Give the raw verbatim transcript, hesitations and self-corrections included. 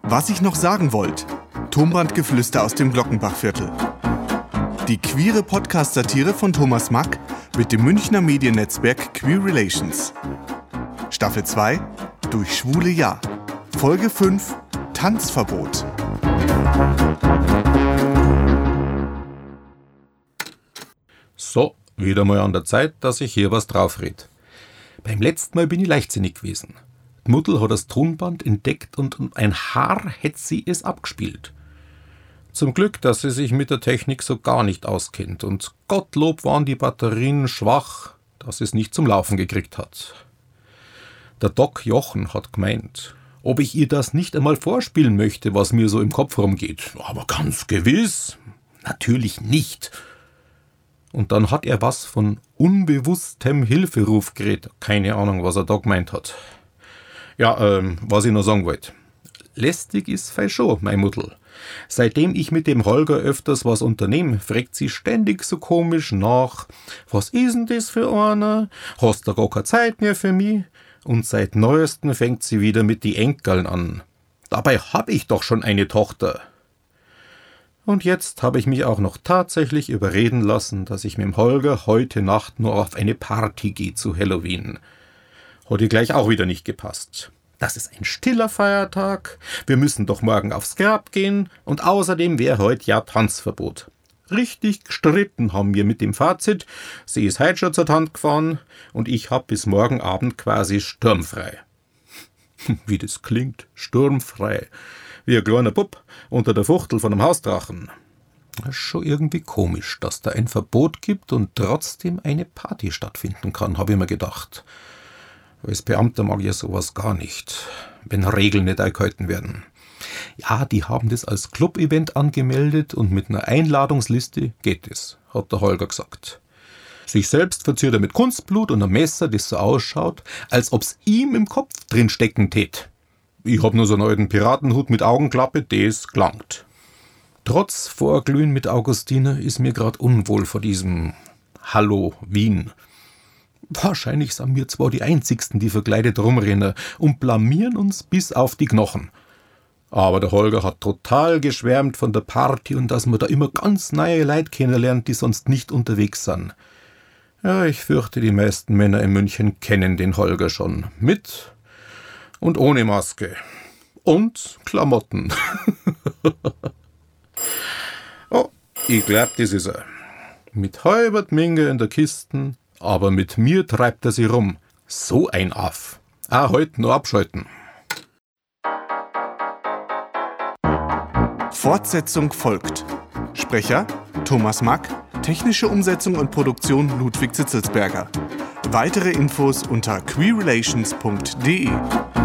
Was ich noch sagen wollte. Tonbandgeflüster aus dem Glockenbachviertel. Die queere Podcast-Satire von Thomas Mack mit dem Münchner Mediennetzwerk Queer Relations. Staffel zwei, Durch schwule Ja. Folge fünf, Tanzverbot. So, wieder mal an der Zeit, dass ich hier was draufred. Beim letzten Mal bin ich leichtsinnig gewesen. Die Mutter hat das Tonband entdeckt und um ein Haar hätte sie es abgespielt. Zum Glück, dass sie sich mit der Technik so gar nicht auskennt und Gottlob waren die Batterien schwach, dass es nicht zum Laufen gekriegt hat. Der Doc Jochen hat gemeint, ob ich ihr das nicht einmal vorspielen möchte, was mir so im Kopf rumgeht. Aber ganz gewiss, natürlich nicht. Und dann hat er was von unbewusstem Hilferuf geredet. Keine Ahnung, was er da gemeint hat. Ja, ähm, was ich noch sagen wollte. Lästig ist fei schon, mein Muddel. Seitdem ich mit dem Holger öfters was unternehme, fragt sie ständig so komisch nach. Was ist denn das für einer? Hast du gar keine Zeit mehr für mich? Und seit Neuestem fängt sie wieder mit die Enkeln an. Dabei hab ich doch schon eine Tochter. Und jetzt habe ich mich auch noch tatsächlich überreden lassen, dass ich mit dem Holger heute Nacht nur auf eine Party gehe zu Halloween. Hat ihr gleich auch wieder nicht gepasst. Das ist ein stiller Feiertag, wir müssen doch morgen aufs Grab gehen und außerdem wäre heute ja Tanzverbot. Richtig gestritten haben wir mit dem Fazit, sie ist heute schon zur Tante gefahren und ich hab bis morgen Abend quasi sturmfrei. Wie das klingt, sturmfrei. Wie ein kleiner Bub unter der Fuchtel von einem Hausdrachen. Das ist schon irgendwie komisch, dass da ein Verbot gibt und trotzdem eine Party stattfinden kann, habe ich mir gedacht. Als Beamter mag ich ja sowas gar nicht, wenn Regeln nicht eingehalten werden. Ja, die haben das als Club-Event angemeldet und mit einer Einladungsliste geht es, hat der Holger gesagt. Sich selbst verziert er mit Kunstblut und einem Messer, das so ausschaut, als ob's ihm im Kopf drin stecken tät. Ich hab nur so einen alten Piratenhut mit Augenklappe, das gelangt. Trotz Vorglühen mit Augustine ist mir grad unwohl vor diesem Hallo Wien. Wahrscheinlich sind wir zwar die Einzigsten, die verkleidet rumrennen und blamieren uns bis auf die Knochen. Aber der Holger hat total geschwärmt von der Party und dass man da immer ganz neue Leute kennenlernt, die sonst nicht unterwegs sind. Ja, ich fürchte, die meisten Männer in München kennen den Holger schon. Mit und ohne Maske. Und Klamotten. Oh, ich glaub, das ist er. Mit halber Minge in der Kisten, aber mit mir treibt er sie rum. So ein Aff. Ah, heute nur abschalten. Fortsetzung folgt. Sprecher Thomas Mack, technische Umsetzung und Produktion Ludwig Zitzelsberger. Weitere Infos unter queerrelations punkt de.